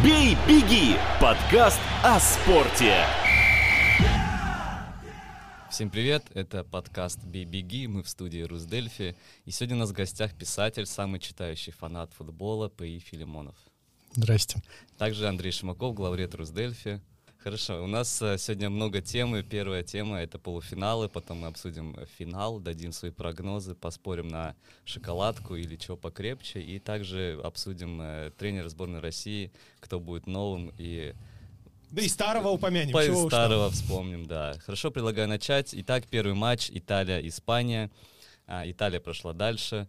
«Бей, беги» – подкаст о спорте. Всем привет, это подкаст «Бей, беги», мы в студии Русдельфи. И сегодня у нас в гостях писатель, самый читающий фанат футбола П.И. Филимонов. Здрасте. Также Андрей Шимаков, главред Русдельфи. Хорошо, у нас сегодня много тем, и первая тема — это полуфиналы, потом мы обсудим финал, дадим свои прогнозы, поспорим на шоколадку или чего покрепче, и также обсудим тренера сборной России, кто будет новым, и... Да и старого упомянем. Чего старого вспомним, да. Хорошо, предлагаю начать. Итак, первый матч Италия-Испания. Италия прошла дальше,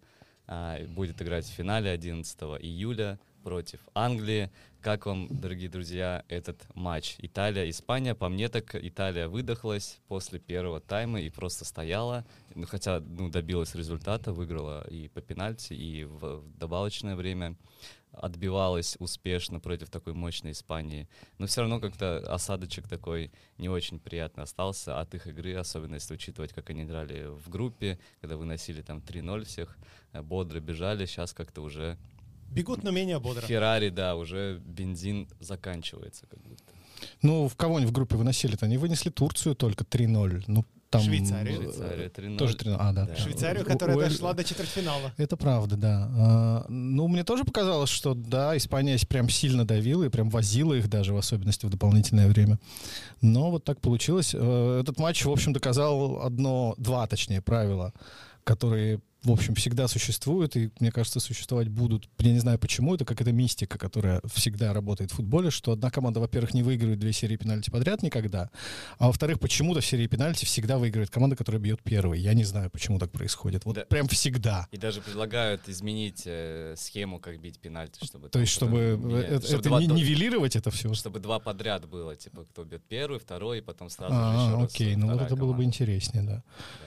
будет играть в финале 11 июля против Англии. Как вам, дорогие друзья, этот матч? Италия-Испания. По мне так Италия выдохлась после первого тайма и просто стояла. Хотя добилась результата, выиграла и по пенальти, и в добавочное время. Отбивалась успешно против такой мощной Испании. Но все равно как-то осадочек такой не очень приятный остался от их игры, особенно если учитывать, как они играли в группе, когда выносили там 3-0 всех, бодро бежали, сейчас как-то уже... Бегут, но менее бодро. Феррари, да, уже бензин заканчивается как будто. Ну, в кого они в группе выносили-то? Они вынесли Турцию только 3-0. Ну, там... Швейцарию 3-0. Тоже 3-0, да. Швейцарию, которая дошла до четвертьфинала. Это правда, да. Ну, мне тоже показалось, что, да, Испания прям сильно давила и прям возила их даже, в особенности в дополнительное время. Но вот так получилось. Этот матч, в общем, доказал два правила, которые... в общем, всегда существуют, и, мне кажется, существовать будут. Я не знаю почему, это какая-то мистика, которая всегда работает в футболе, что одна команда, во-первых, не выигрывает 2 серии пенальти подряд никогда, а во-вторых, почему-то в серии пенальти всегда выигрывает команда, которая бьет первой. Я не знаю, почему так происходит. Вот да. Прям всегда. И даже предлагают изменить схему, как бить пенальти, чтобы... То есть, чтобы нивелировать это все? Чтобы 2 подряд было, типа, кто бьет первый, второй, и потом сразу же еще раз. Окей, ну вот это было бы интереснее, да.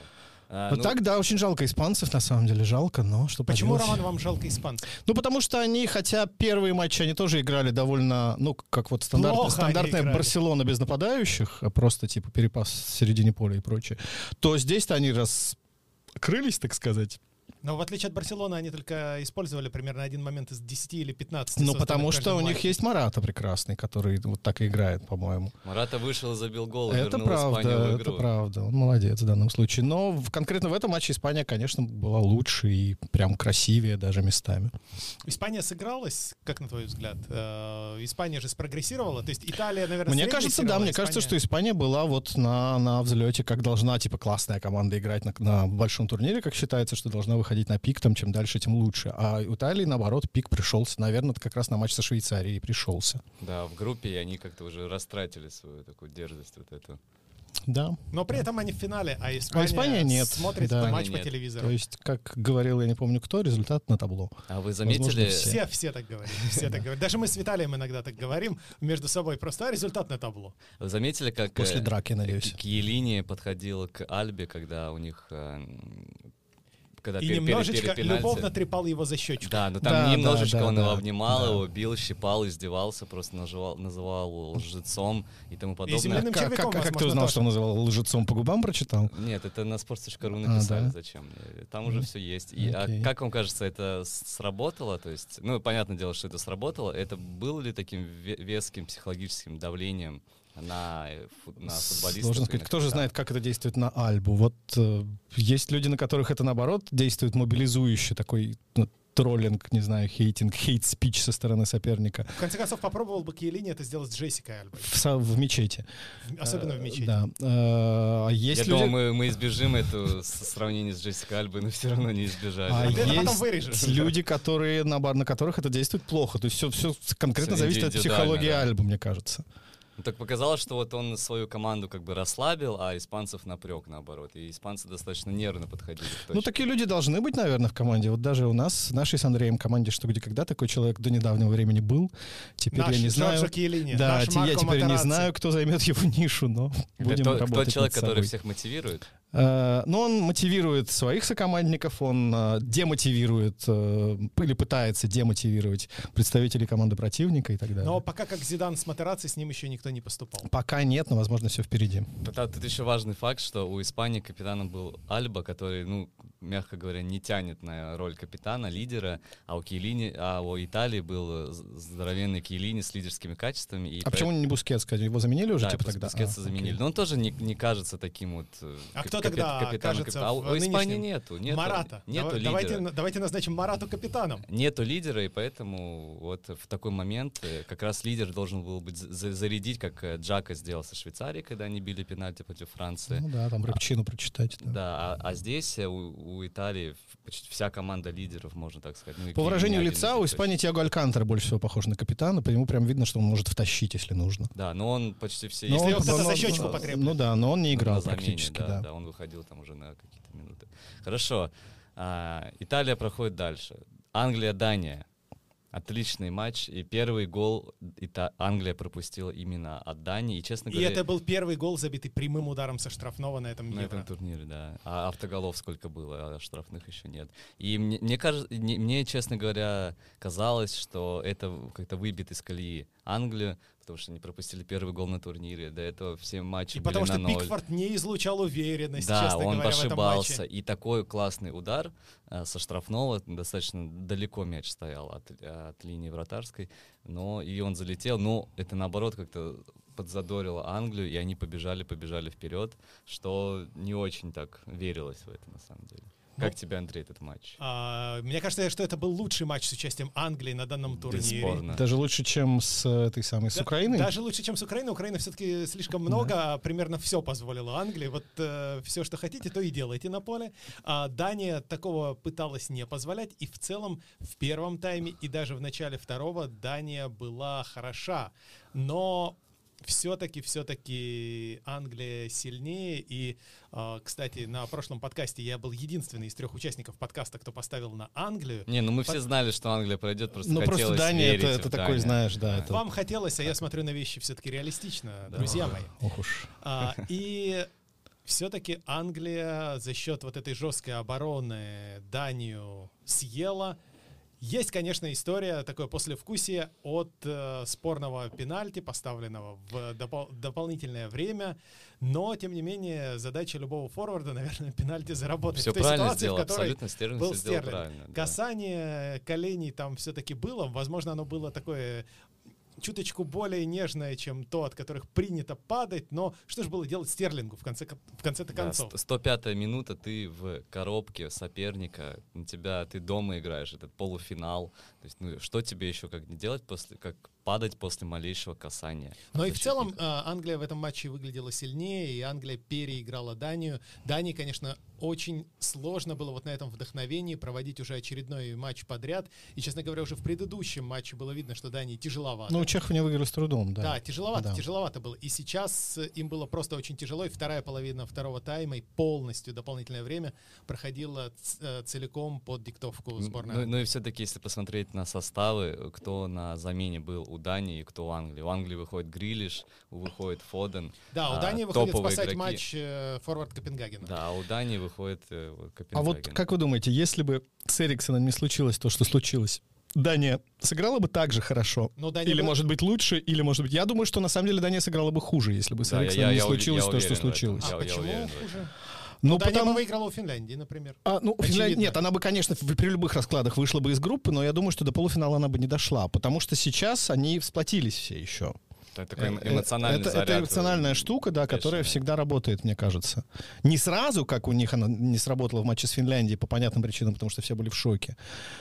Так, да, очень жалко испанцев, на самом деле, жалко, но что Почему, поделать? Роман, вам жалко испанцев? Ну, потому что они, хотя первые матчи они тоже играли довольно, ну, как вот стандартная Барселона без нападающих, а просто, типа, перепас в середине поля и прочее, то здесь-то они раскрылись, так сказать. Но в отличие от Барселоны, они только использовали примерно один момент из 10 или 15. Ну, потому что у них есть Марата прекрасный, который вот так и играет, по-моему. Марата вышел и забил гол, и это вернул Испанию в игру. Это правда, он молодец в данном случае. Но конкретно в этом матче Испания, конечно, была лучше и прям красивее даже местами. Испания сыгралась, как на твой взгляд? Испания же спрогрессировала, то есть Италия, наверное, мне кажется, да, мне кажется, что Испания была вот на взлете, как должна, типа, классная команда играть на большом турнире, как считается, что должна выходить на пик, там, чем дальше, тем лучше. А у Италии, наоборот, пик пришелся. Наверное, это как раз на матч со Швейцарией пришелся. Да, в группе, и они как-то уже растратили свою такую дерзость вот эту. Да. Но при этом они в финале, а Испания нет. Смотрит да. матч по телевизору. То есть, как говорил, я не помню кто, результат на табло. А вы заметили... Возможно, все так говорят. Все так говорят. Даже мы с Виталием иногда так говорим между собой. Просто результат на табло. Вы заметили, как... После драки, надеюсь. Кьелини подходил к Альбе, когда у них... И немножечко любовно трепал его за щечку. Да, но там немножечко он его обнимал, его бил, щипал, издевался, просто называл лжецом и тому подобное. И земляным червяком, как ты узнал, что он называл лжецом, по губам прочитал? Нет, это на sports.ru написали, зачем. Там уже все есть. Как вам кажется, это сработало? То есть, ну, понятное дело, что это сработало. Это было ли таким веским психологическим давлением на футболистов? Сложно сказать, кто же знает, как это действует на Альбу. Вот есть люди, на которых это, наоборот, действует мобилизующе, такой троллинг, не знаю, хейт-спич со стороны соперника. В конце концов, попробовал бы Кьелини это сделать с Джессикой Альбой. В мечети. Особенно в мечети. Да. Я думаю, мы избежим это сравнение с Джессикой Альбой, но все равно не избежали. А есть люди, на которых это действует плохо. То есть все конкретно зависит от психологии Альбы, мне кажется. Ну, так показалось, что вот он свою команду как бы расслабил, а испанцев напрек, наоборот. И испанцы достаточно нервно подходили. Ну, такие люди должны быть, наверное, в команде. Вот даже у нас, в нашей с Андреем команде «Что, где, когда» такой человек до недавнего времени был. Теперь я не знаю. Да, я теперь не знаю, кто займет его нишу, но будем работать. Кто человек, который всех мотивирует? Но он мотивирует своих сокомандников, он демотивирует или пытается демотивировать представителей команды противника и так далее. Но пока как Зидан с Матераци, с ним еще никто не поступал. Пока нет, но, возможно, все впереди. Тут еще важный факт, что у Испании капитаном был Альба, который, мягко говоря, не тянет на роль капитана, лидера, а у Италии был здоровенный Киелини с лидерскими качествами. И почему не Бускетс? Его заменили уже, да, типа, тогда? Бускетса заменили. Окей. Но он тоже не кажется таким вот Кто тогда кажется у Испании нету Марата. лидера. Давайте назначим Марату капитаном. Нету лидера, и поэтому вот в такой момент как раз лидер должен был быть зарядить, как Джака сделал со Швейцарией, когда они били пенальти против Франции. Ну да, там рыбчину прочитать. Да, а здесь у Италии почти вся команда лидеров, можно так сказать. Ну, по выражению лица у Испании Тиаго Алькантара больше всего похож на капитана, по нему прям видно, что он может втащить, если нужно. Да, но он почти все... Если его кто-то за щечку покреплет. Ну да, но он не играл замене, практически. Да, он выходил там уже на какие-то минуты. Хорошо, Италия проходит дальше. Англия, Дания. Отличный матч, и первый гол Англия пропустила именно от Дании, и, честно говоря... И это был первый гол, забитый прямым ударом со штрафного на этом турнире, да. А автоголов сколько было, а штрафных еще нет. И мне кажется, мне, честно говоря, казалось, что это как-то выбит из колеи Англию, потому что они пропустили первый гол на турнире, до этого все матчи были на 0. И потому что Пикфорд не излучал уверенность, да, честно говоря, в этом матче. Да, он ошибался, и такой классный удар со штрафного, достаточно далеко мяч стоял от линии вратарской, но и он залетел, но это наоборот как-то подзадорило Англию, и они побежали вперед, что не очень так верилось в это на самом деле. Как тебе, Андрей, этот матч? Мне кажется, что это был лучший матч с участием Англии на данном турнире. Бесспорно. Даже лучше, чем с Украиной? Даже лучше, чем с Украиной. Украина все-таки слишком много, а примерно все позволила Англии. Вот все, что хотите, то и делайте на поле. Дания такого пыталась не позволять. И в целом в первом тайме и даже в начале второго Дания была хороша. Но все-таки Англия сильнее. И, кстати, на прошлом подкасте я был единственный из 3 участников подкаста, кто поставил на Англию. Мы все знали, что Англия пройдет, просто хотелось просто Дания верить это такой, Данию. знаешь, да. Это... Вам хотелось, а я смотрю на вещи все-таки реалистично, друзья мои. Ох уж. И все-таки Англия за счет вот этой жесткой обороны Данию съела. Есть, конечно, история, такое послевкусие от спорного пенальти, поставленного в дополнительное время, но, тем не менее, задача любого форварда, наверное, пенальти заработать. Все в той правильно ситуации, сделал, в которой абсолютно Стерлинг был все сделал Стерлинг. правильно. Касание коленей там все-таки было, возможно, оно было такое... чуточку более нежная, чем то, от которых принято падать, но что же было делать Стерлингу в конце-то концов? 105-я минута, ты в коробке соперника, ты дома играешь, этот полуфинал, то есть, что тебе еще как не делать, как падать после малейшего касания? Но и в целом Англия в этом матче выглядела сильнее, и Англия переиграла Данию. Дании, конечно, очень сложно было вот на этом вдохновении проводить уже очередной матч подряд, и, честно говоря, уже в предыдущем матче было видно, что Дании тяжеловато. Ну, Чехов не выиграли с трудом, да. Да, тяжеловато было. И сейчас им было просто очень тяжело, и вторая половина второго тайма и полностью дополнительное время проходила целиком под диктовку сборной. Ну и все-таки, если посмотреть на составы, кто на замене был у Дании и кто у Англии. У Англии выходит Грилиш, выходит Фоден. Да, у Дании выходит спасать игроки. Матч форвард Копенгагена. Да, а у Дании выходит Копенгаген. А вот как вы думаете, если бы с Эриксоном не случилось то, что случилось, Дания сыграла бы так же хорошо? Или, может быть, лучше, или, может быть... Я думаю, что, на самом деле, Дания сыграла бы хуже, если бы с Эриксоном не случилось то, что случилось. А почему хуже? Ну, Дания бы выиграла у Финляндии, например. Нет, она бы, конечно, при любых раскладах вышла бы из группы, но я думаю, что до полуфинала она бы не дошла, потому что сейчас они сплотились все еще. Это такой эмоциональный заряд. Это эмоциональная штука, да, которая всегда работает, мне кажется. Не сразу, как у них она не сработала в матче с Финляндией по понятным причинам, потому что все были в шоке.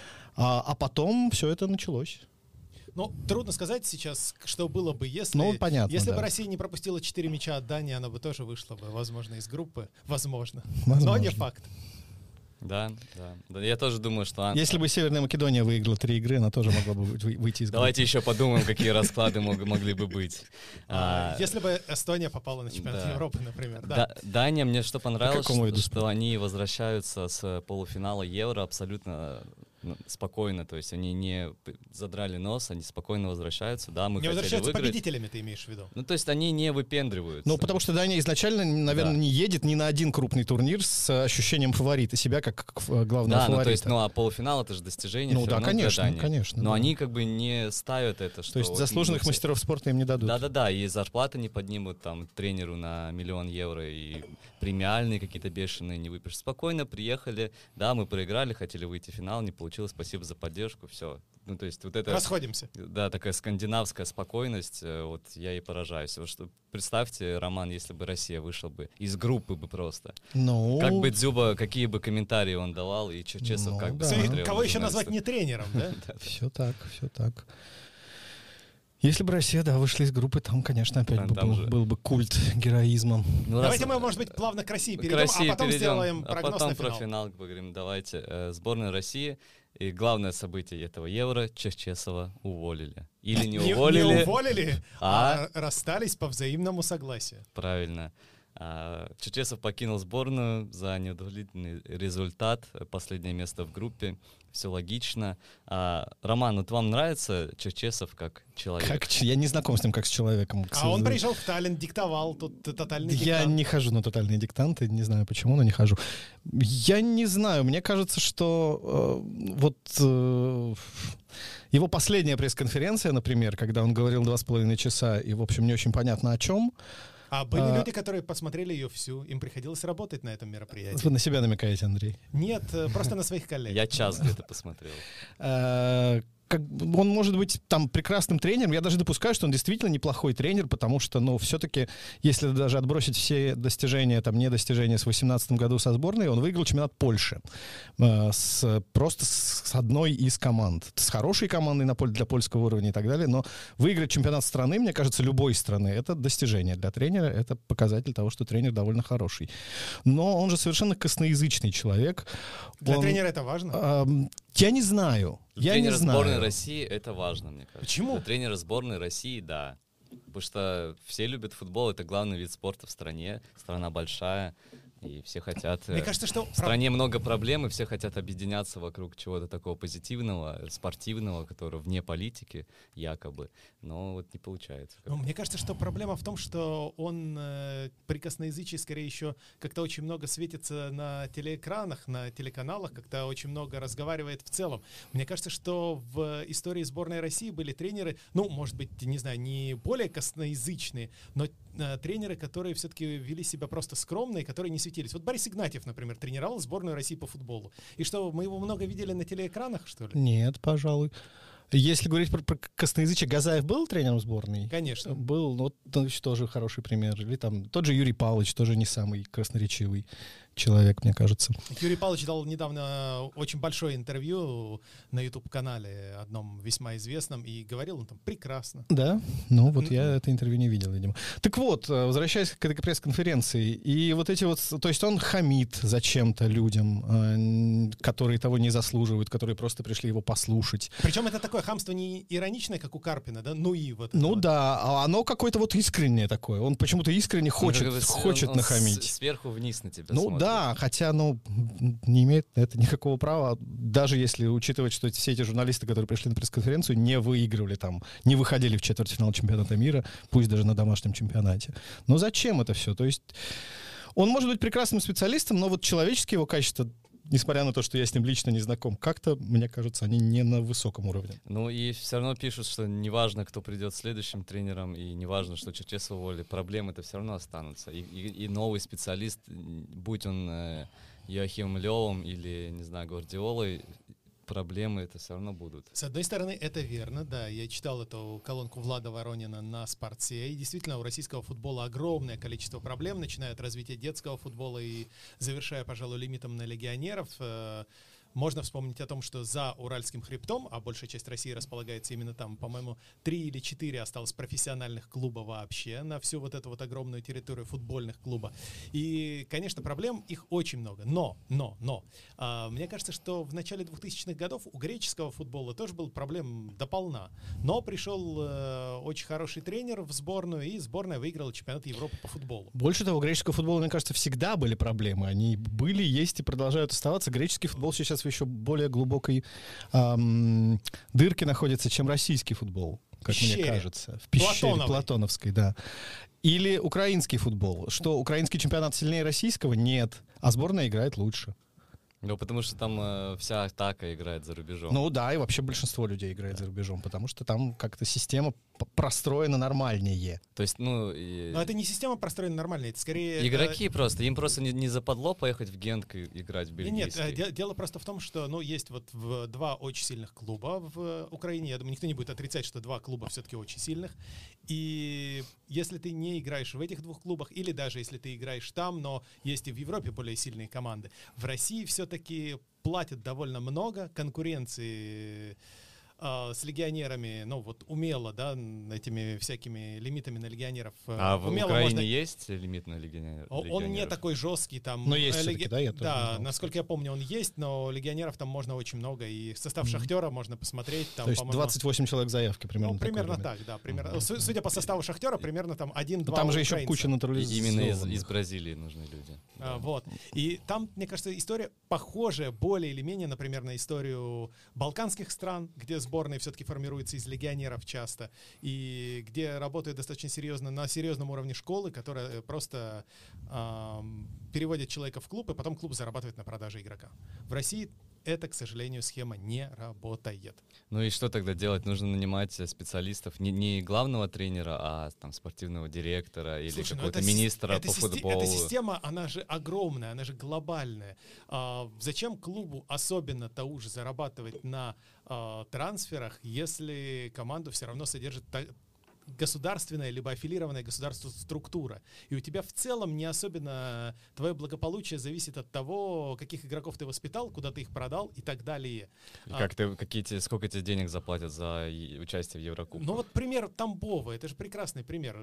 А потом все это началось. Ну, трудно сказать сейчас, что было бы, если, понятно, бы Россия не пропустила 4 мяча от Дании, она бы тоже вышла бы, возможно, из группы. Возможно. Возможно. Но не факт. Да. Я тоже думаю, что... Если бы Северная Македония выиграла 3 игры, она тоже могла бы выйти из группы. Давайте еще подумаем, какие расклады могли бы быть. Если бы Эстония попала на чемпионат Европы, например. Дания, мне что понравилось, что они возвращаются с полуфинала Евро абсолютно спокойно, то есть они не задрали нос, они спокойно возвращаются. Да, мы Не хотели возвращаются выиграть. победителями, ты имеешь в виду? Ну, то есть они не выпендриваются. Ну, потому что Дания изначально, наверное, Да. не едет ни на один крупный турнир с ощущением фаворита, себя как главного Да, фаворита. ну, то есть, а полуфинал — это же достижение Ну всё да, равно для конечно, Дании. конечно, Но да. они как бы не ставят это, что... То есть вот заслуженных мы все- мастеров спорта им не дадут. Да-да-да, и зарплаты не поднимут там тренеру на 1 000 000 евро, и премиальные какие-то бешеные не выпишут. Спокойно приехали, да, мы проиграли, хотели выйти в финал, не получилось, спасибо за поддержку, все. Ну, то есть вот это... Расходимся. Да, такая скандинавская спокойность, вот я и поражаюсь. Вот что, представьте, Роман, если бы Россия вышла бы из группы бы просто. Ну, Как бы Дзюба, какие бы комментарии он давал, и Черчесов Ну, как бы да. смотрел. Кого на еще назвать журналистов. не тренером, да? все так, все так. Если бы Россия, да, вышла из группы, там, конечно, опять А, бы там же. был бы культ героизма. Ну, Давайте раз- мы, может быть, плавно к России к перейдем, России а потом перейдем, сделаем а прогноз потом на про финал. финал поговорим. Давайте. Сборная России. И главное событие этого Евро — Черчесова уволили. Или не уволили. Не уволили, а расстались по взаимному согласию. Правильно. Черчесов покинул сборную за неудовлетворительный результат. Последнее место в группе. Все логично. Роман, вот вам нравится Черчесов как человек? Я не знаком с ним как с человеком. А он приезжал в Таллин, диктовал, тут тотальный Я диктант. не хожу на тотальные диктанты, не знаю почему, но не хожу. Я не знаю, мне кажется, что его последняя пресс-конференция, например, когда он говорил 2,5 часа, и, в общем, не очень понятно о чем. А были люди, которые посмотрели ее всю, им приходилось работать на этом мероприятии. Вы на себя намекаете, Андрей? Нет, просто на своих коллег. Я час где-то посмотрел. Он может быть там прекрасным тренером. Я даже допускаю, что он действительно неплохой тренер, потому что, ну, все-таки, если даже отбросить все достижения, там, не достижения с 2018 году со сборной, он выиграл чемпионат Польши. Просто с одной из команд. С хорошей командой для польского уровня и так далее. Но выиграть чемпионат страны, мне кажется, любой страны, это достижение для тренера. Это показатель того, что тренер довольно хороший. Но он же совершенно косноязычный человек. Для тренера это важно? Я не знаю. Для Я не тренера знаю. сборной России это важно, мне кажется. Почему? Для тренера сборной России, да. Потому что все любят футбол, это главный вид спорта в стране, страна большая, и все хотят... Мне кажется, что... В стране много проблем, и все хотят объединяться вокруг чего-то такого позитивного, спортивного, которое вне политики, якобы. Но вот не получается. Ну, мне кажется, что проблема в том, что он при косноязычии скорее еще как-то очень много светится на телеэкранах, на телеканалах, как-то очень много разговаривает в целом. Мне кажется, что в истории сборной России были тренеры, ну, может быть, не знаю, не более косноязычные, но тренеры, которые все-таки вели себя просто скромно и которые не светились. Вот Борис Игнатьев, например, тренировал сборную России по футболу. И что, мы его много видели на телеэкранах, что ли? Нет, пожалуй. Если говорить про косноязычие, Газаев был тренером сборной? Конечно. Был, вот тоже хороший пример. Или там тот же Юрий Павлович, тоже не самый красноречивый человек, мне кажется. Юрий Павлович дал недавно очень большое интервью на YouTube-канале, одном весьма известном, и говорил он там прекрасно. Да? Ну, вот я это интервью не видел, видимо. Так вот, возвращаясь к этой пресс-конференции, и вот эти вот... То есть он хамит зачем-то людям, которые того не заслуживают, которые просто пришли его послушать. Причем это такое хамство не ироничное, как у Карпина, да? Ну и вот. Ну это вот. да, а оно какое-то вот искреннее такое. Он почему-то искренне хочет Он нахамить. Сверху вниз на тебя Ну смотрит. да, хотя, не имеет это никакого права, даже если учитывать, что все эти журналисты, которые пришли на пресс-конференцию, не выигрывали там, не выходили в четвертьфинал чемпионата мира, пусть даже на домашнем чемпионате. Но зачем это все? То есть он может быть прекрасным специалистом, но вот человеческие его качества, несмотря на то, что я с ним лично не знаком, как-то, мне кажется, они не на высоком уровне. Ну и все равно пишут, что неважно, кто придет следующим тренером, и неважно, что Черчесова уволили, проблемы-то все равно останутся. И новый специалист, будь он Йоахимом Левом или, не знаю, Гвардиолой, проблемы это все равно будут. С одной стороны, это верно, да. Я читал эту колонку Влада Воронина на Спорте, и действительно у российского футбола огромное количество проблем, начиная от развития детского футбола и завершая, пожалуй, лимитом на легионеров. Можно вспомнить о том, что за Уральским хребтом, а большая часть России располагается именно там, по-моему, 3 или 4 осталось профессиональных клуба вообще на всю вот эту вот огромную территорию футбольных клубов. И, конечно, проблем их очень много. Но, мне кажется, что в начале 2000-х годов у греческого футбола тоже был проблем дополна. Но пришел очень хороший тренер в сборную, и сборная выиграла чемпионат Европы по футболу. Больше того, у греческого футбола, мне кажется, всегда были проблемы. Они были, есть и продолжают оставаться. Греческий футбол сейчас в еще более глубокой дырке находится, чем российский футбол, как мне кажется. В пещере Платоновской, да. Или украинский футбол. Что, украинский чемпионат сильнее российского? Нет. А сборная играет лучше. Ну, потому что там вся атака играет за рубежом. Ну да, и вообще большинство людей играет за рубежом, потому что там как-то система простроена нормальнее. То есть, Но это не система простроена нормальнее, это скорее... Игроки просто, им просто не западло поехать в Генк и играть в бельгийский. Нет, дело просто в том, что, есть вот два очень сильных клуба в Украине, я думаю, никто не будет отрицать, что два клуба все-таки очень сильных, и если ты не играешь в этих двух клубах, или даже если ты играешь там, но есть и в Европе более сильные команды, в России все-таки платят довольно много, конкуренции с легионерами, умело, да, этими всякими лимитами на легионеров. А в Украине есть лимит на легионеров? Он не такой жесткий там. Но есть все-таки, да? Да, насколько я помню, он есть, но легионеров там можно очень много, и состав Шахтера можно посмотреть. Там, то есть 28 человек заявки примерно. Примерно так, да. Примерно. Судя по составу Шахтера, примерно там 1-2 там же еще куча натурализованных. Именно из Бразилии нужны люди. Вот. И там, мне кажется, история похожая более или менее, например, на историю балканских стран, где сборные все-таки формируются из легионеров часто, и где работают достаточно серьезно, на серьезном уровне школы, которая просто переводит человека в клуб, и потом клуб зарабатывает на продаже игрока. В России это, к сожалению, схема не работает. Ну и что тогда делать? Нужно нанимать специалистов, не главного тренера, а там спортивного директора или какого-то министра по футболу. Эта система, она же огромная, она же глобальная. Зачем клубу особенно того же зарабатывать на трансферах, если команду все равно содержит государственная либо аффилированная государству структура. И у тебя в целом не особенно твое благополучие зависит от того, каких игроков ты воспитал, куда ты их продал и так далее. И сколько тебе денег заплатят за участие в Еврокубках? Ну вот пример Тамбова, это же прекрасный пример.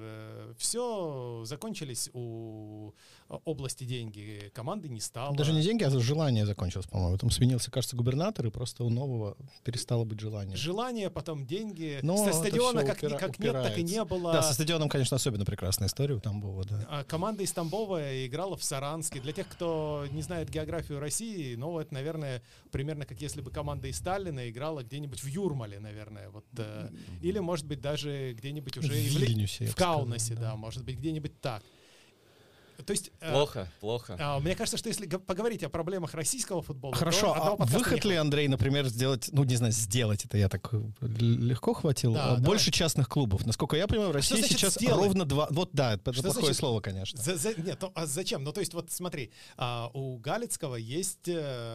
Все закончились у области деньги, команды не стало. Даже не деньги, а желание закончилось, по-моему. Там сменился, кажется, губернатор, и просто у нового перестало быть желание. Желание, потом деньги. Но со стадиона как нет, так и не было. Да, со стадионом, конечно, особенно прекрасная история у Тамбова, да. Команда из Тамбова играла в Саранске. Для тех, кто не знает географию России, это, наверное, примерно как если бы команда из Сталина играла где-нибудь в Юрмале, наверное. Или, может быть, даже где-нибудь уже в Вильнюсе, в Каунассе, да, может быть, где-нибудь так. То есть, Плохо. Мне кажется, что если поговорить о проблемах российского футбола... Хорошо, а выход ли, Андрей, например, сделать это я так легко хватил, больше частных клубов? Насколько я понимаю, в России сейчас ровно два... Вот да, это плохое слово, конечно. Нет, а зачем? То есть, смотри, у Галицкого есть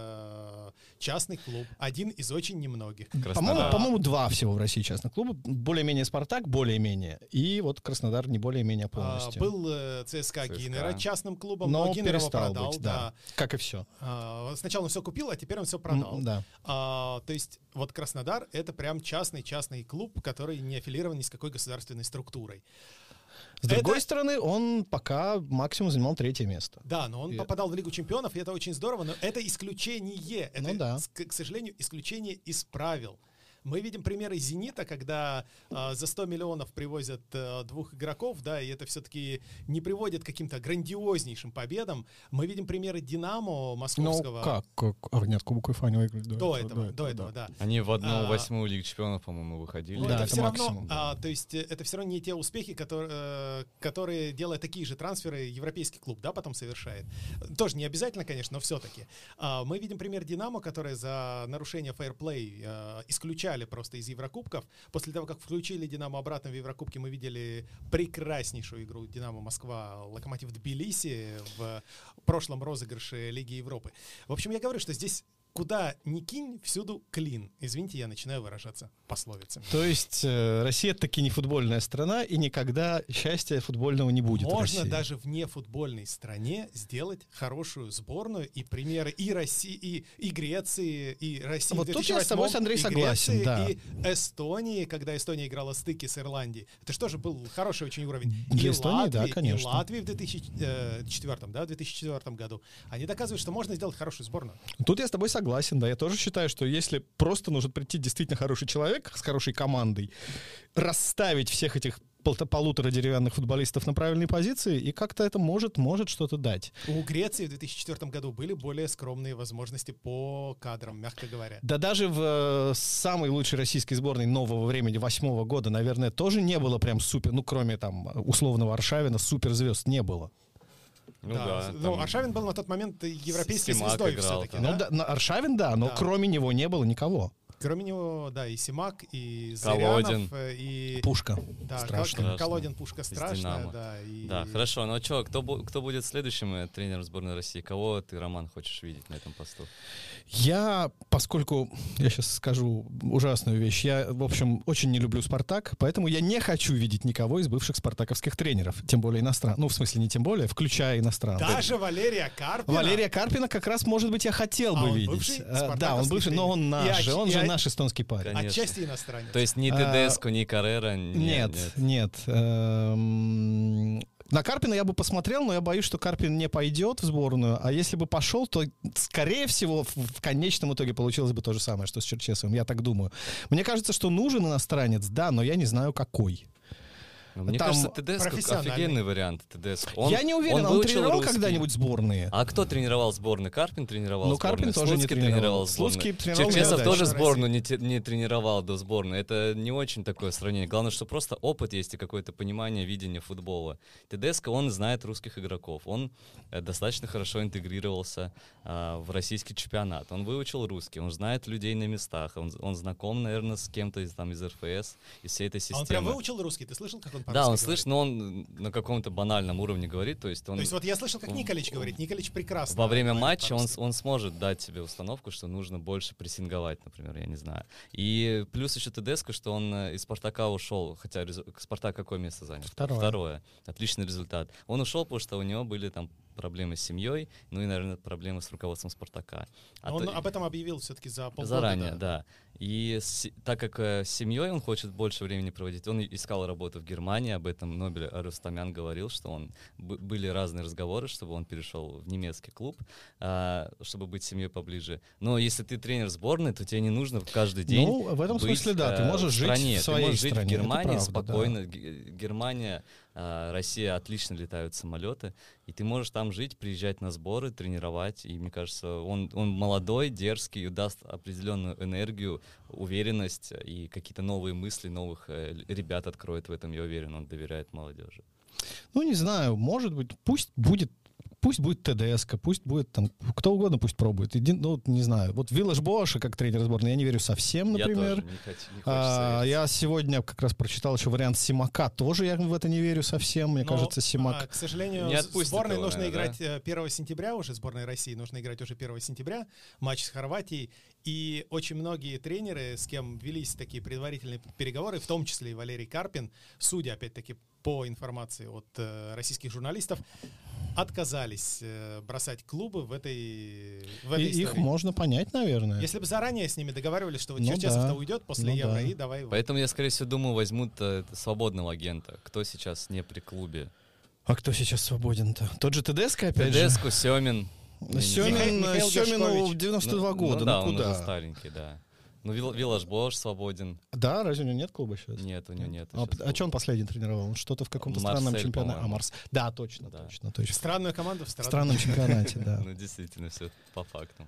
частный клуб, один из очень немногих. По-моему, два всего в России частных клуба. Более-менее «Спартак», более-менее. И вот Краснодар не более-менее полностью. Был ЦСКА Гиннера частным клубом, но Гиннерова продал. Быть, да. Как и все. Сначала он все купил, а теперь он все продал. Да. То есть вот Краснодар — это прям частный клуб, который не аффилирован ни с какой государственной структурой. С другой стороны, он пока максимум занимал 3-е место. Да, но он попадал в Лигу чемпионов, и это очень здорово, но это исключение. Это, к сожалению, исключение из правил. Мы видим примеры «Зенита», когда за 100 миллионов привозят двух игроков, да, и это все-таки не приводит к каким-то грандиознейшим победам. Мы видим примеры «Динамо» московского. Ну, как? Нет, Кубок УЕФА не выиграли до этого, да. Они в 1/8 Лиги чемпионов, по-моему, выходили. Да, это все максимум. То есть это все равно не те успехи, которые, делая такие же трансферы, европейский клуб, да, потом совершает. Тоже не обязательно, конечно, но все-таки. Мы видим пример «Динамо», который за нарушение фейерплей исключали просто из Еврокубков. После того, как включили «Динамо» обратно в Еврокубки, мы видели прекраснейшую игру «Динамо Москва» «Локомотив Тбилиси» в прошлом розыгрыше Лиги Европы. В общем, я говорю, что здесь куда ни кинь, всюду клин. Извините, я начинаю выражаться пословицами. То есть Россия таки не футбольная страна, и никогда счастья футбольного не будет. Можно даже в нефутбольной стране сделать хорошую сборную, и примеры и России, и Греции, и России. Вот тут я с тобой, Андрей, согласен. Да. И Эстонии, когда Эстония играла стыки с Ирландией. Это же тоже был хороший очень уровень. Для Эстонии, да, конечно. И Латвии в 2004 году. Они доказывают, что можно сделать хорошую сборную. Тут я с тобой согласен, да. Я тоже считаю, что если просто нужно прийти действительно хороший человек с хорошей командой, расставить всех этих полутора деревянных футболистов на правильной позиции, и как-то это может что-то дать. У Греции в 2004 году были более скромные возможности по кадрам, мягко говоря. Да даже в самой лучшей российской сборной нового времени, 2008 года, наверное, тоже не было прям супер, ну, кроме там условного Аршавина, суперзвезд не было. Ну да. да. Ну, там Аршавин был на тот момент европейской Симак звездой играл все-таки, там. Ну, да? да, Аршавин, да, но Да. кроме него не было никого. Кроме него, да, и Симак, и Колодин. Зырянов, и... Пушка. Да, Страшно. Колодин, Пушка Из страшная, «Динамо». да. И... Да, хорошо. Ну что, кто будет следующим тренером сборной России? Кого ты, Роман, хочешь видеть на этом посту? Поскольку я сейчас скажу ужасную вещь, я, в общем, очень не люблю «Спартак», поэтому я не хочу видеть никого из бывших спартаковских тренеров, тем более иностранных. Ну, в смысле, не тем более, включая иностранных. Даже Валерия Карпина. Валерия Карпина как раз, может быть, я хотел бы он видеть. бывший Да, он бывший, но он наш же, он же и- наш эстонский парень. Конечно. Отчасти иностранец. То есть ни Тедеско, ни Каррера? Нет. На Карпина я бы посмотрел, но я боюсь, что Карпин не пойдет в сборную, а если бы пошел, то, скорее всего, в конечном итоге получилось бы то же самое, что с Черчесовым, я так думаю. Мне кажется, что нужен иностранец, да, но я не знаю, какой. Мне Там кажется, Тедеско профессиональный. офигенный вариант. Тедеско. Я не уверен, он выучил тренировал русский. когда-нибудь сборные? А кто тренировал сборную? Карпин тренировал Ну, Карпин сборную. тоже не Слуцкий тренировал. сборную. Слуцкий тренировал Черчесов неудачно тоже в сборную не тренировал до сборной. Это не очень такое сравнение. Главное, что просто опыт есть и какое-то понимание, видение футбола. Тедеско, он знает русских игроков. Он достаточно хорошо интегрировался в российский чемпионат. Он выучил русский, он знает людей на местах. Он знаком, наверное, с кем-то из РФС, из всей этой А системы. он прям выучил русский? Ты слышал, как он по-русски Да, он говорит? слышит, но он на каком-то банальном уровне говорит. То есть он То есть вот я слышал, как Николич говорит. Николич прекрасно. во время говорит матча по-русски. он сможет дать себе установку, что нужно больше прессинговать, например, я не знаю. И плюс еще Тедеско, что он из «Спартака» ушел, хотя «Спартак» какое место занял? Второе. Отличный результат. Он ушел, потому что у него были там проблемы с семьей, ну и, наверное, проблемы с руководством «Спартака». Он об этом объявил все-таки за полгода. Заранее, да. И так как с семьей он хочет больше времени проводить, он искал работу в Германии, об этом Нобель Арустамян говорил, что были разные разговоры, чтобы он перешел в немецкий клуб, чтобы быть с семьей поближе. Но если ты тренер сборной, то тебе не нужно каждый день Ну, в этом быть, смысле, да, ты можешь жить стране. в своей Ты можешь жить стране, в это Германии правда, спокойно. Германия, Россия отлично летают самолеты, и ты можешь там жить, приезжать на сборы, тренировать. И мне кажется, он молодой, дерзкий, и даст определенную энергию, уверенность и какие-то новые мысли, новых ребят откроет в этом, я уверен, он доверяет молодежи. Ну, не знаю, может быть, пусть будет Тедеско, пусть будет там, кто угодно пусть пробует. Ну, не знаю. Вот Виллаш Боаша, как тренер сборной, я не верю совсем, например. Я тоже не хочется верить. Я сегодня как раз прочитал еще вариант Симака, тоже я в это не верю совсем. Мне Но, кажется, Симак... к сожалению, Не отпустит сборной его, нужно наверное, играть 1 сентября уже, сборной России нужно играть уже 1 сентября, матч с Хорватией. И очень многие тренеры, с кем велись такие предварительные переговоры, в том числе и Валерий Карпин, судя, опять-таки, по информации от российских журналистов, отказались бросать клубы в этой истории. Их можно понять, наверное. Если бы заранее с ними договаривались, что вот Ну Черчесов-то да. уйдет после Ну Евро, да. и давай его. Поэтому я, скорее всего, думаю, возьмут свободного агента. Кто сейчас не при клубе? А кто сейчас свободен-то? Тот же Тедеско, опять же? Тедеско, Семин. Михаил Семину Гершкович. 92 года, да, ну он уже куда? старенький, да. Ну, Виллаш Бош свободен. Да, разве у него нет клуба сейчас? Нет, у него нет. А что он последний тренировал? Он что-то в каком-то странном Марсель, чемпионате. по-моему. Да, точно. Странную команду в В странном чемпионате, да. Ну, действительно, все по факту.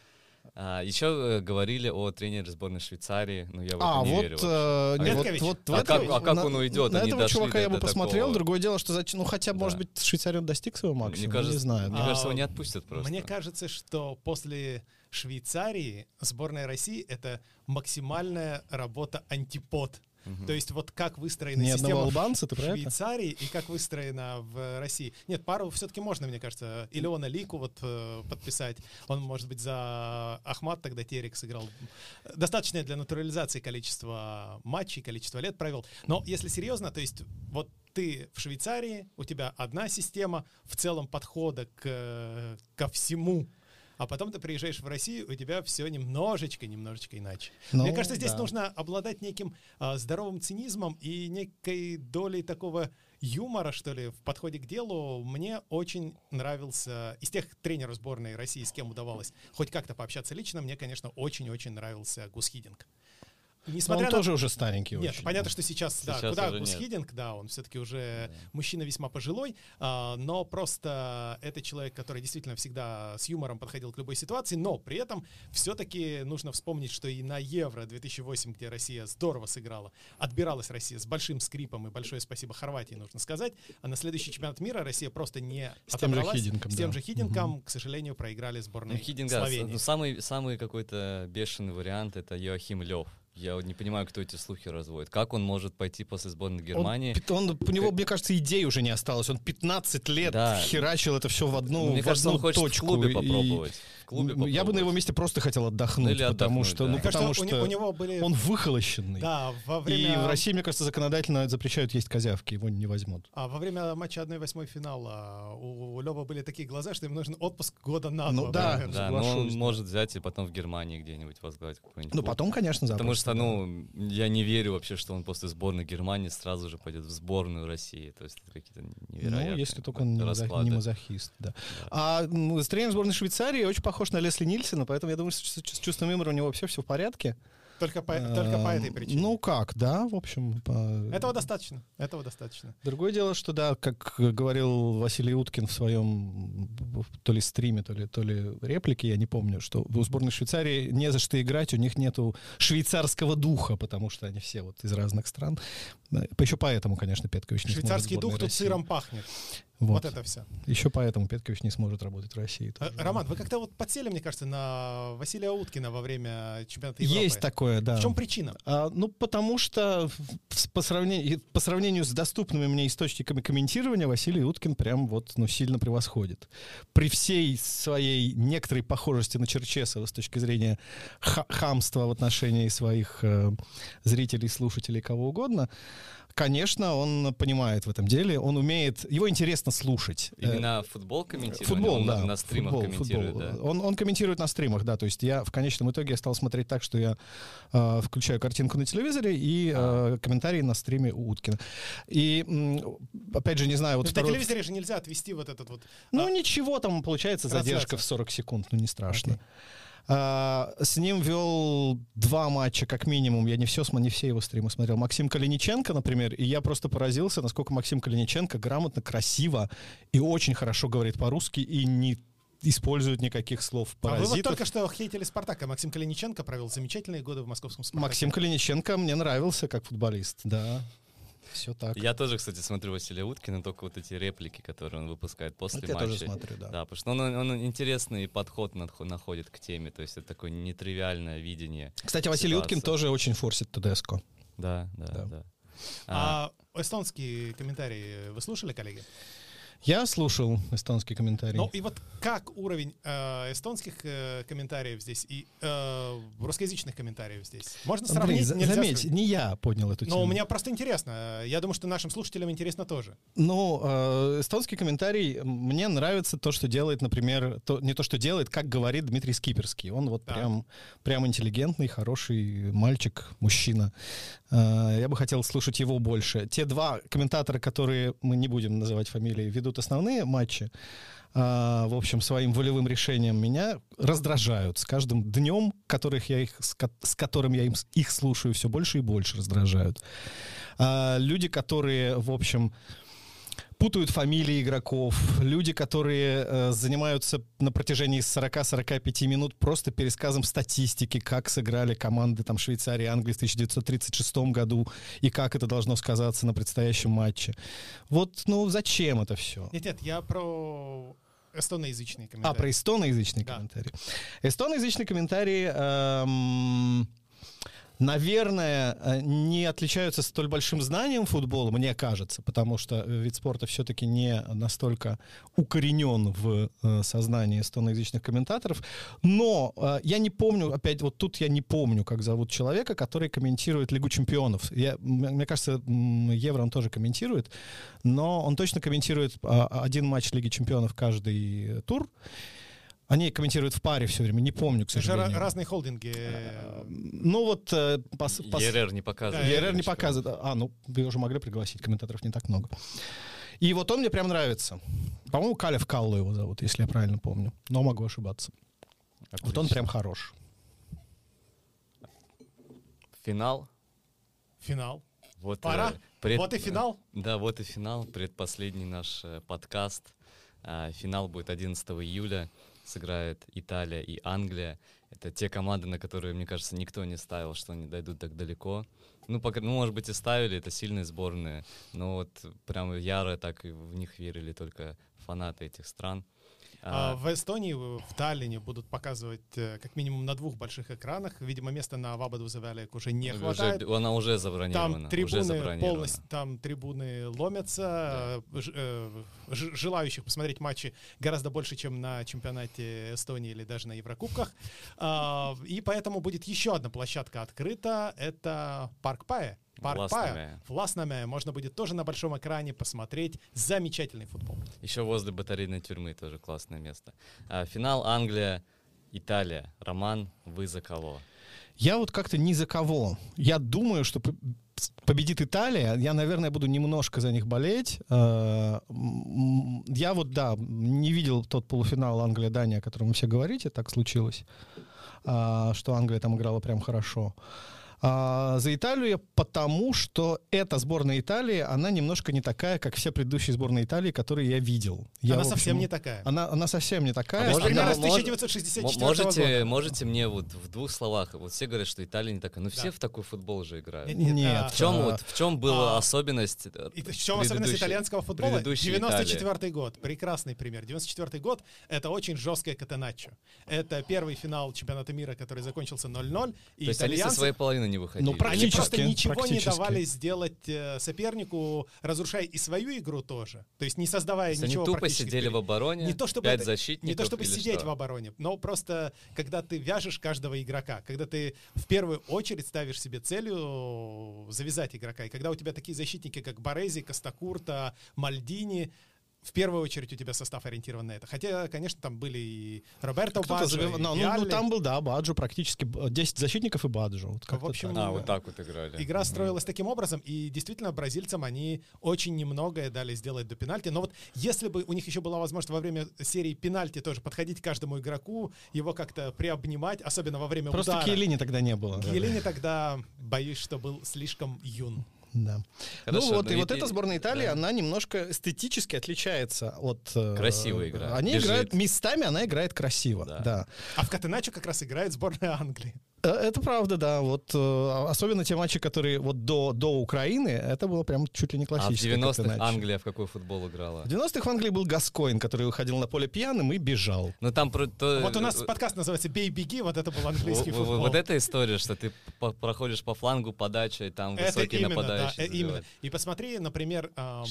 Еще говорили о тренере сборной Швейцарии, но я в это не верю. Петкович. Как он уйдет? На Они этого дошли чувака я бы до посмотрел. такого. Другое дело, что хотя бы, Да. может быть, Швейцария он достиг своего максимума. Мне кажется, не знаю. Мне кажется, его не отпустят просто. Мне кажется, что после Швейцарии сборная России — это максимальная работа антипод. То есть вот как выстроена Ни одного система албанца, ты в про это? Швейцарии и как выстроена в России. Нет, пару все-таки можно, мне кажется, Илеона Лику вот подписать. Он, может быть, за Ахмат тогда Терек сыграл. Достаточное для натурализации количество матчей, количество лет провел. Но если серьезно, то есть вот ты в Швейцарии, у тебя одна система в целом подхода ко всему. А потом ты приезжаешь в Россию, у тебя все немножечко иначе. Ну, Мне кажется, здесь да. нужно обладать неким здоровым цинизмом и некой долей такого юмора, что ли, в подходе к делу. Мне очень нравился, из тех тренеров сборной России, с кем удавалось хоть как-то пообщаться лично, мне, конечно, очень-очень нравился Гус Хидинг. несмотря он на... тоже уже старенький Нет, очень. понятно, что сейчас да, Сейчас куда уже Гус нет. Хидинг, да, он все-таки уже мужчина весьма пожилой, но просто это человек, который действительно всегда с юмором подходил к любой ситуации, но при этом все-таки нужно вспомнить, что и на Евро 2008, где Россия здорово сыграла, отбиралась Россия с большим скрипом, и большое спасибо Хорватии, нужно сказать, а на следующий чемпионат мира Россия просто не С тем же отобралась. Хидингом, С тем да. же Хидингом, к сожалению, проиграли сборной Хидинга, Словении. самый какой-то бешеный вариант — это Йоахим Лёв. Я вот не понимаю, кто эти слухи разводит. Как он может пойти после сборной Германии? У него, мне кажется, идей уже не осталось. Он 15 лет херачил это все в одну Мне кажется, он хочет точку. в клубе попробовать. Я бы на его месте просто хотел отдохнуть, Ну, или потому отдохнуть, что, да. ну, Мне потому кажется, что у него были... он выхолощенный. Да, во И время... в России, мне кажется, законодательно запрещают есть козявки, его не возьмут. А во время матча 1/8 финала у Лёва были такие глаза, что ему нужен отпуск года на два. Ну да, Да, но он соглашусь, да. может взять и потом в Германии где-нибудь возглавить какой-нибудь Ну, клуб. потом, конечно, Потому запросто, что, да. ну, я не верю вообще, что он после сборной Германии сразу же пойдет в сборную России. То есть это какие-то невероятные Ну, если только он не расклады. мазохист, да. А тренер сборной Швейцарии очень похож на Лесли Нильсона, поэтому я думаю, что с чувством юмора у него вообще все в порядке. Только по этой причине. Ну как, да, в общем. Этого достаточно. Другое дело, что да, как говорил Василий Уткин в своем то ли стриме, то ли реплике, я не помню, что у сборной Швейцарии не за что играть, у них нету швейцарского духа, потому что они все вот из разных стран. Еще поэтому, конечно, Петкович не Швейцарский сможет в дух сборной тут России. сыром пахнет. Вот. Вот это все. Еще поэтому Петкович не сможет работать в России. Роман, вы как-то вот подсели, мне кажется, на Василия Уткина во время чемпионата Европы. Есть такое, да. В чем причина? Ну, потому что по сравнению с доступными мне источниками комментирования Василий Уткин прям вот, ну, сильно превосходит. При всей своей некоторой похожести на Черчесова с точки зрения хамства в отношении своих зрителей, слушателей, кого угодно, конечно, он понимает в этом деле, он умеет, его интересно слушать. Именно футбол комментирует? Футбол, он да. на стримах комментирует, да? Он комментирует на стримах, да, то есть я в конечном итоге стал смотреть так, что я включаю картинку на телевизоре и комментарии на стриме у Уткина. И, опять же, не знаю... Вот На телевизоре же нельзя отвести вот этот вот... Ну, ничего, там получается задержка в 40 секунд, ну, не страшно. С ним вел 2 матча, как минимум. Я не все его стримы смотрел. Максим Калиниченко, например, и я просто поразился, насколько Максим Калиниченко грамотно, красиво и очень хорошо говорит по-русски и не использует никаких слов паразитов. А вы вот только что хейтили «Спартака». Максим Калиниченко провел замечательные годы в московском «Спартаке». Максим Калиниченко мне нравился как футболист, да. Все так. Я тоже, кстати, смотрю Василия Уткина, только вот эти реплики, которые он выпускает после Я матча. тоже смотрю, да. Да, потому что он интересный подход находит к теме, то есть это такое нетривиальное видение. Кстати, Василий ситуации. Уткин тоже очень форсит ТДСК. Да. А эстонские комментарии вы слушали, коллеги? Я слушал эстонский комментарий. Ну и вот как уровень эстонских комментариев здесь и русскоязычных комментариев здесь? Можно сравнить? Нельзя заметь, сравнить. не я поднял эту тему. Но у меня просто интересно. Я думаю, что нашим слушателям интересно тоже. Ну, эстонский комментарий, мне нравится то, что делает, например, не то, что делает, как говорит Дмитрий Скиперский. Он вот прям интеллигентный, хороший мальчик, мужчина. Я бы хотел слушать его больше. Те 2 комментатора, которые, мы не будем называть фамилии, ведут основные матчи, в общем, своим волевым решением меня раздражают. С каждым днем, с которым я их слушаю, все больше и больше раздражают. Люди, которые, в общем, путают фамилии игроков, люди, которые занимаются на протяжении 40-45 минут просто пересказом статистики, как сыграли команды там, Швейцарии и Англии в 1936 году и как это должно сказаться на предстоящем матче. Вот, ну, зачем это все? Нет, я про эстоноязычные комментарии. Про эстоноязычные комментарии. Эстоноязычные комментарии... наверное, не отличаются столь большим знанием футбола, мне кажется, потому что вид спорта все-таки не настолько укоренен в сознании эстоноязычных комментаторов. Но я не помню, опять вот тут я не помню, как зовут человека, который комментирует Лигу чемпионов. Мне кажется, Евро он тоже комментирует, но он точно комментирует 1 матч Лиги чемпионов каждый тур. Они комментируют в паре все время, не помню, к сожалению. Это же разные холдинги. Ну вот... ЕРР не показывает. ЕРР не показывает. Ну, вы уже могли пригласить, комментаторов не так много. И вот он мне прям нравится. По-моему, Калев Калло его зовут, если я правильно помню. Но могу ошибаться. Отлично. Вот он прям хорош. Финал. Финал. Вот, Пора. Вот и финал. Да, вот и финал. Предпоследний наш подкаст. Финал будет 11 июля. Сыграют Италия и Англия. Это те команды, на которые, мне кажется, никто не ставил, что они дойдут так далеко. Ну, может быть, и ставили, это сильные сборные. Но вот прям яро так и в них верили только фанаты этих стран. В Эстонии, в Таллине будут показывать как минимум на 2 больших экранах. Видимо, места на Вабаду Завалек уже не хватает. Она уже забронирована. Там трибуны полностью, там трибуны ломятся. Да. Желающих посмотреть матчи гораздо больше, чем на чемпионате Эстонии или даже на Еврокубках. И поэтому будет еще одна площадка открыта. Это Парк Пае. Властнаме. Можно будет тоже на большом экране посмотреть замечательный футбол. Еще возле батарейной тюрьмы тоже классное место. Финал Англия-Италия. Роман, вы за кого? Я вот как-то ни за кого. Я думаю, что победит Италия. Я, наверное, буду немножко за них болеть. Я вот, да, не видел тот полуфинал Англия-Дания, о котором вы все говорите. Так случилось, что Англия там играла прям хорошо. За Италию я потому, что эта сборная Италии, она немножко не такая, как все предыдущие сборные Италии, которые я видел. Она совсем не такая. Она совсем не такая. Примерно с 1964 года. Можете мне вот в 2 словах, вот все говорят, что Италия не такая, но все в такой футбол же играют. Нет. В чем была особенность? В чем особенность итальянского футбола? 94-й год. Прекрасный пример. 94-й год — это очень жесткое катеначчо. Это первый финал чемпионата мира, который закончился 0-0. То есть они со своей половины не выходили. Ну, они просто ничего не давали сделать сопернику, разрушая и свою игру тоже. То есть не создавая ничего они практически. Они тупо сидели в обороне, не то, чтобы 5 защитников. Не то, чтобы сидеть что? в обороне, но просто когда ты вяжешь каждого игрока, когда ты в первую очередь ставишь себе целью завязать игрока, и когда у тебя такие защитники, как Барези, Костакурта, Мальдини, в первую очередь у тебя состав ориентирован на это. Хотя, конечно, там были и Роберто Баджо, ну, там был, да, Баджо, практически 10 защитников и Баджо. Вот в общем, вот так вот играли. Игра строилась таким образом, и действительно бразильцам они очень немногое дали сделать до пенальти. Но вот если бы у них еще была возможность во время серии пенальти тоже подходить к каждому игроку, его как-то приобнимать, особенно во время удара. Просто Киелини тогда не было. Киелини тогда, боюсь, что был слишком юн. Да. Хорошо, ну вот, и вот эта сборная Италии, да, она немножко эстетически отличается от... Красиво играет. Они играют, местами она играет красиво, да. А в катеначо как раз играет сборная Англии. Это правда, да. Вот особенно те матчи, которые вот до Украины, это было прям чуть ли не классическое. А в 90-х Англия в какой футбол играла? В 90-х в Англии был Гаскойн, который выходил на поле пьяным и бежал. Но там вот у нас подкаст называется «Бей-беги», вот это был английский футбол. Вот эта история, что ты проходишь по флангу подача, и там высокий нападающий. Да, именно. И посмотри, например...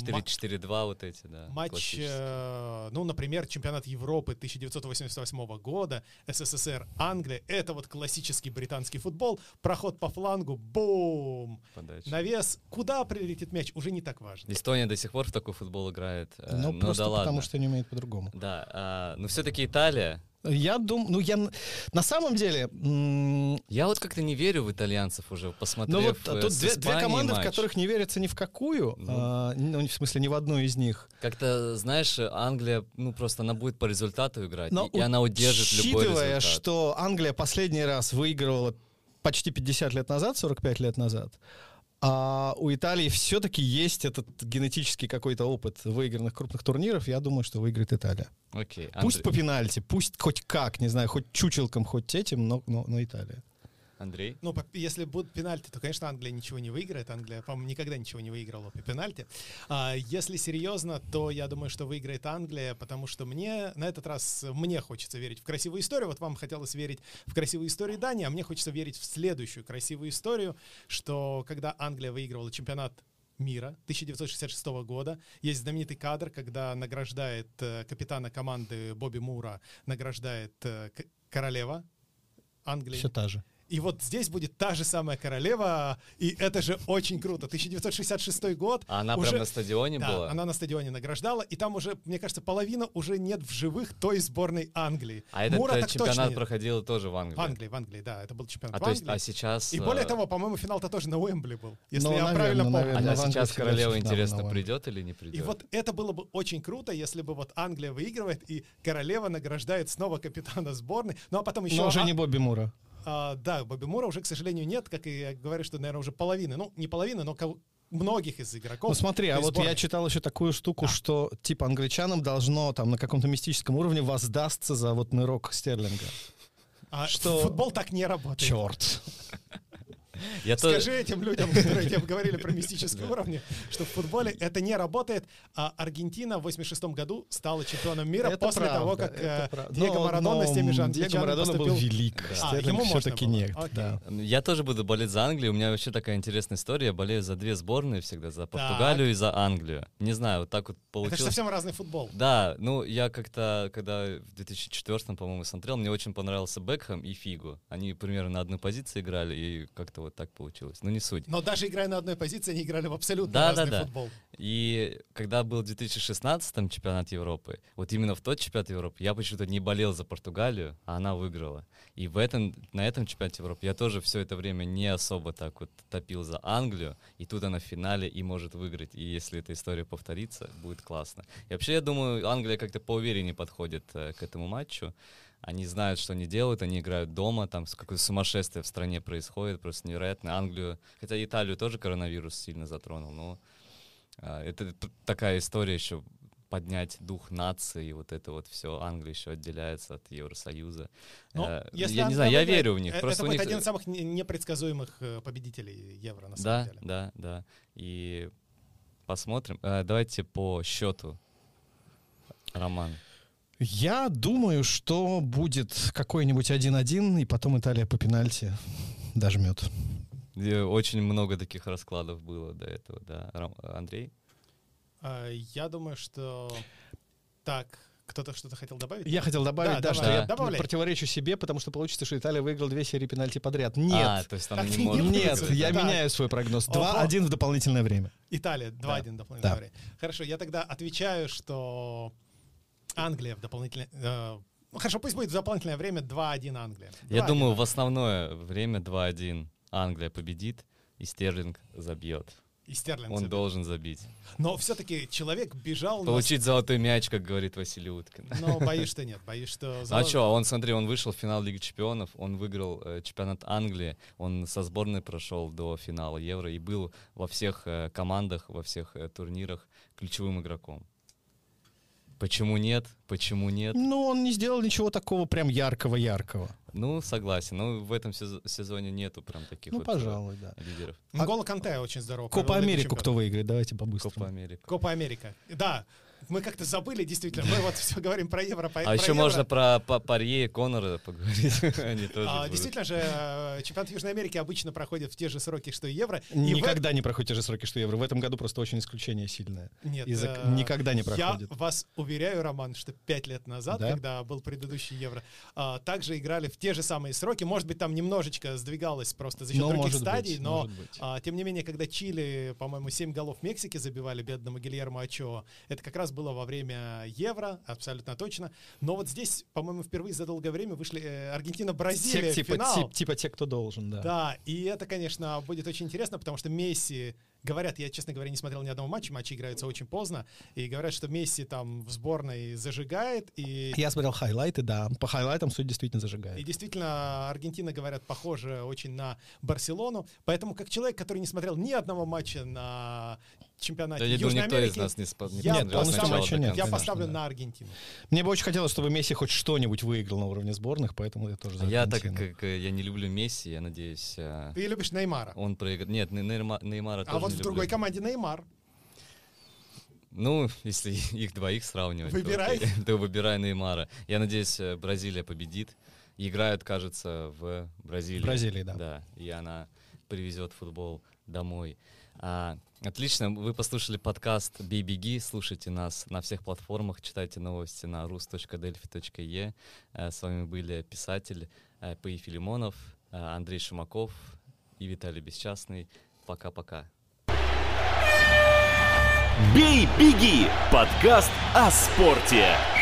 4-4-2 вот эти, да. Матч, например, чемпионат Европы 1988 года, СССР, Англия. Это вот классический британский футбол, проход по флангу, бум, подача. Навес, куда прилетит мяч, уже не так важно. Эстония до сих пор в такой футбол играет. Ну, просто да потому, что не умеет по-другому. Да, но все-таки Италия. Я думаю, на самом деле... Я вот как-то не верю в итальянцев уже, посмотрев. Ну вот тут две команды, в которых не верится ни в какую, в смысле ни в одну из них. Как-то, знаешь, Англия, просто она будет по результату играть, и она удержит любой результат. Учитывая, что Англия последний раз выигрывала почти 50 лет назад, 45 лет назад, а у Италии все-таки есть этот генетический какой-то опыт выигранных крупных турниров. Я думаю, что выиграет Италия. Окей, пусть по пенальти, пусть хоть как, не знаю, хоть чучелком, хоть этим, но Италия. Андрей? Ну, если будут пенальти, то, конечно, Англия ничего не выиграет. Англия, по-моему, никогда ничего не выиграла по пенальти. Если серьезно, то я думаю, что выиграет Англия, потому что на этот раз мне хочется верить в красивую историю. Вот вам хотелось верить в красивую историю Дании, а мне хочется верить в следующую красивую историю, что когда Англия выигрывала чемпионат мира 1966 года. Есть знаменитый кадр, когда награждает капитана команды Бобби Мура, награждает королева Англии. Все та же. И вот здесь будет та же самая королева, и это же очень круто. 1966 год. А она прям на стадионе была? Да, она на стадионе награждала, и там уже, мне кажется, половина уже нет в живых той сборной Англии. А этот чемпионат проходил тоже в Англии? В Англии, да, это был чемпионат в Англии. А сейчас... И более того, по-моему, финал-то тоже на Уэмбли был, если я правильно помню. А сейчас королева, интересно, придет или не придет? И вот это было бы очень круто, если бы вот Англия выигрывает, и королева награждает снова капитана сборной. Ну а потом еще... Но уже не Бобби Мура. Да, Бобби Мура уже, к сожалению, нет, как и я говорю, что, наверное, уже половины, ну, не половины, но многих из игроков. Ну смотри, а вот я читал еще такую штуку, что типа англичанам должно там на каком-то мистическом уровне воздастся за вот нырок Стерлинга. Что... Футбол так не работает. Черт. Скажи этим людям, которые тебе говорили про мистические уровни, что в футболе это не работает, а Аргентина в 86 году стала чемпионом мира после того, как Диего Марадона с теми же англичанами поступил. Диего Марадона был велик, Стерлинг все-таки нет. Я тоже буду болеть за Англию, у меня вообще такая интересная история, я болею за две сборные всегда, за Португалию и за Англию. Не знаю, вот так вот получилось. Это же совсем разный футбол. Да, ну я как-то, когда в 2004, по-моему, смотрел, мне очень понравился Бекхэм и Фигу. Они примерно на одной позиции играли, и как-то вот так получилось. Ну, не суть. Но даже играя на одной позиции, они играли в абсолютно разный футбол. И когда был в 2016-м чемпионат Европы, вот именно в тот чемпионат Европы, я почему-то не болел за Португалию, а она выиграла. И на этом чемпионате Европы я тоже все это время не особо так вот топил за Англию, и тут она в финале и может выиграть. И если эта история повторится, будет классно. И вообще, я думаю, Англия как-то поувереннее подходит к этому матчу. Они знают, что они делают, они играют дома, там какое-то сумасшествие в стране происходит, просто невероятно. Англию, хотя Италию тоже коронавирус сильно затронул, но это такая история еще поднять дух нации, и вот это вот все. Англия еще отделяется от Евросоюза. Я не знаю, я верю в них. Это будет один из самых непредсказуемых победителей Евро, на самом деле. Да. И посмотрим. Давайте по счету. Роман. Я думаю, что будет какой-нибудь 1-1, и потом Италия по пенальти дожмет. Очень много таких раскладов было до этого, да. Андрей? Я думаю, что... Так, кто-то что-то хотел добавить? Я хотел добавить, что я противоречу себе, потому что получится, что Италия выиграла 2 серии пенальти подряд. Нет, то есть там не может быть. Нет, я меняю свой прогноз. 2-1 в дополнительное время. Италия, 2-1 в дополнительное время. Хорошо, я тогда отвечаю, что... Англия в дополнительное... хорошо, пусть будет в дополнительное время 2-1 Англия. Я думаю, в основное время 2-1 Англия победит, и Стерлинг забьет. Он должен забить. Но все-таки человек бежал... Получить золотой мяч, как говорит Василий Уткин. Но боюсь, что нет. Боюсь, что... А что, смотри, он вышел в финал Лиги Чемпионов, он выиграл чемпионат Англии, он со сборной прошел до финала Евро и был во всех командах, во всех турнирах ключевым игроком. Почему нет? Ну, он не сделал ничего такого прям яркого-яркого. Ну, согласен. Но в этом сезоне нету прям таких пожалуй, лидеров. N'Golo Канте очень здорово. Копа Америку кто выиграет? Давайте по-быстрому. Копа Америка. Да. Мы как-то забыли, действительно. Мы вот все говорим про Евро. А еще можно про Парье и Коннора поговорить. Действительно же, чемпионат Южной Америки обычно проходит в те же сроки, что и Евро. Никогда не проходит в те же сроки, что Евро. В этом году просто очень исключение сильное. Нет. Никогда не проходит. Я вас уверяю, Роман, что 5 лет назад, когда был предыдущий Евро, также играли в те же самые сроки. Может быть, там немножечко сдвигалось просто за счет других стадий, но тем не менее, когда Чили, по-моему, 7 голов Мексики забивали бедному Гильермо Очоа, это как раз было во время Евро, абсолютно точно. Но вот здесь, по-моему, впервые за долгое время вышли Аргентина-Бразилия в финал. Типа те, кто должен, да. Да, и это, конечно, будет очень интересно, потому что Месси... Говорят, я, честно говоря, не смотрел ни одного матча, матчи играются очень поздно, и говорят, что Месси там в сборной зажигает. И... Я смотрел хайлайты, да, по хайлайтам суть действительно зажигает. И действительно, Аргентина, говорят, похожа очень на Барселону, поэтому как человек, который не смотрел ни одного матча на чемпионате Южной Америки, я поставлю на Аргентину. Мне бы очень хотелось, чтобы Месси хоть что-нибудь выиграл на уровне сборных, поэтому я тоже за Аргентину. Я, так как я не люблю Месси, я надеюсь... Ты любишь Неймара? Он проиграет. Нет, Неймара тоже. А вот в другой команде Неймар. Ну, если их двоих сравнивать, то выбирай Неймара. Я надеюсь, Бразилия победит. Играют, кажется, в Бразилии. В Бразилии, да. Да, и она привезет футбол домой. Отлично, вы послушали подкаст «Бей, беги», слушайте нас на всех платформах, читайте новости на rus.delphi.e. С вами были писатель П.И. Филимонов, Андрей Шимаков и Виталий Бесчастный. Пока-пока. «Бей, беги» — подкаст о спорте.